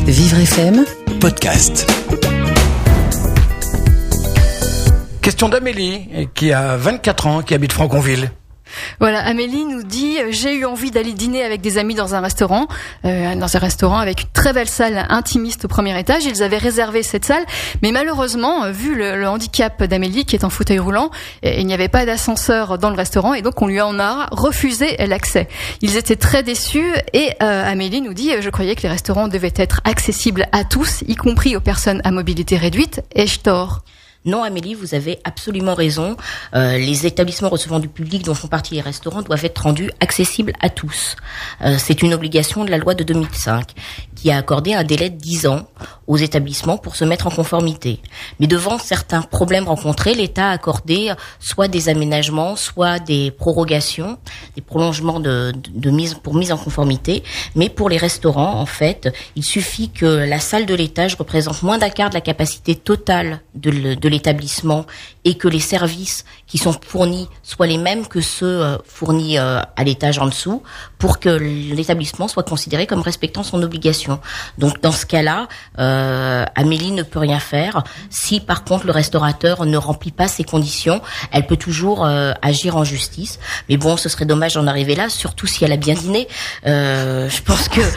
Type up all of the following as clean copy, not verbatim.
Vivre FM podcast. Question d'Amélie, qui a 24 ans, qui habite Franconville. Voilà, Amélie nous dit « J'ai eu envie d'aller dîner avec des amis dans un restaurant avec une très belle salle intimiste au premier étage. Ils avaient réservé cette salle, mais malheureusement, vu le handicap d'Amélie qui est en fauteuil roulant, il n'y avait pas d'ascenseur dans le restaurant et donc on lui en a refusé l'accès. Ils étaient très déçus et Amélie nous dit « Je croyais que les restaurants devaient être accessibles à tous, y compris aux personnes à mobilité réduite. Ai-je tort ?» Non, Amélie, vous avez absolument raison. Les établissements recevant du public dont font partie les restaurants doivent être rendus accessibles à tous. C'est une obligation de la loi de 2005 qui a accordé un délai de 10 ans aux établissements pour se mettre en conformité. Mais devant certains problèmes rencontrés, l'État a accordé soit des aménagements, soit des prorogations, des prolongements pour mise en conformité. Mais pour les restaurants, en fait, il suffit que la salle de l'étage représente moins d'un quart de la capacité totale de l'établissement et que les services qui sont fournis soient les mêmes que ceux fournis à l'étage en dessous pour que l'établissement soit considéré comme respectant son obligation. Donc dans ce cas-là, Amélie ne peut rien faire. Si par contre le restaurateur ne remplit pas ces conditions, elle peut toujours agir en justice. Mais bon, ce serait dommage d'en arriver là, surtout si elle a bien dîné. Je pense que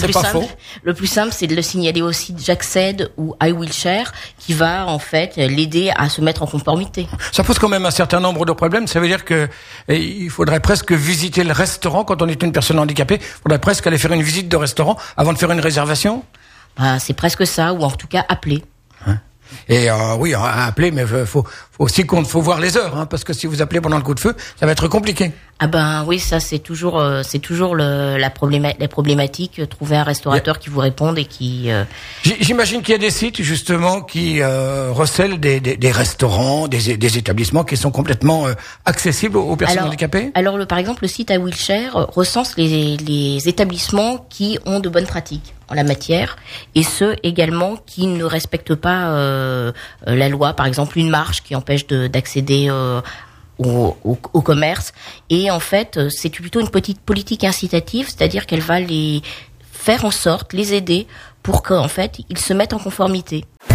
le plus simple, c'est de le signaler au site J'accède ou I Will Share, qui va en fait l'aider à se mettre en conformité. Ça pose quand même un certain nombre de problèmes. Ça veut dire que il faudrait presque visiter le restaurant quand on est une personne handicapée. Il faudrait presque aller faire une visite de restaurant avant de faire une réservation. C'est presque ça, ou en tout cas appeler. Et oui, appeler, mais faut aussi faut voir les heures, parce que si vous appelez pendant le coup de feu, ça va être compliqué. Ah ben oui, ça c'est toujours la problématique, trouver un restaurateur qui vous réponde et qui. J'imagine qu'il y a des sites justement qui recèlent des restaurants, des établissements qui sont complètement accessibles aux personnes handicapées. Alors par exemple, le site I Will Share recense les établissements qui ont de bonnes pratiques en la matière et ceux également qui ne respectent pas la loi, par exemple une marche qui empêche d'accéder au commerce. Et en fait, c'est plutôt une petite politique incitative, c'est-à-dire qu'elle va les faire en sorte, les aider pour qu'en fait, ils se mettent en conformité.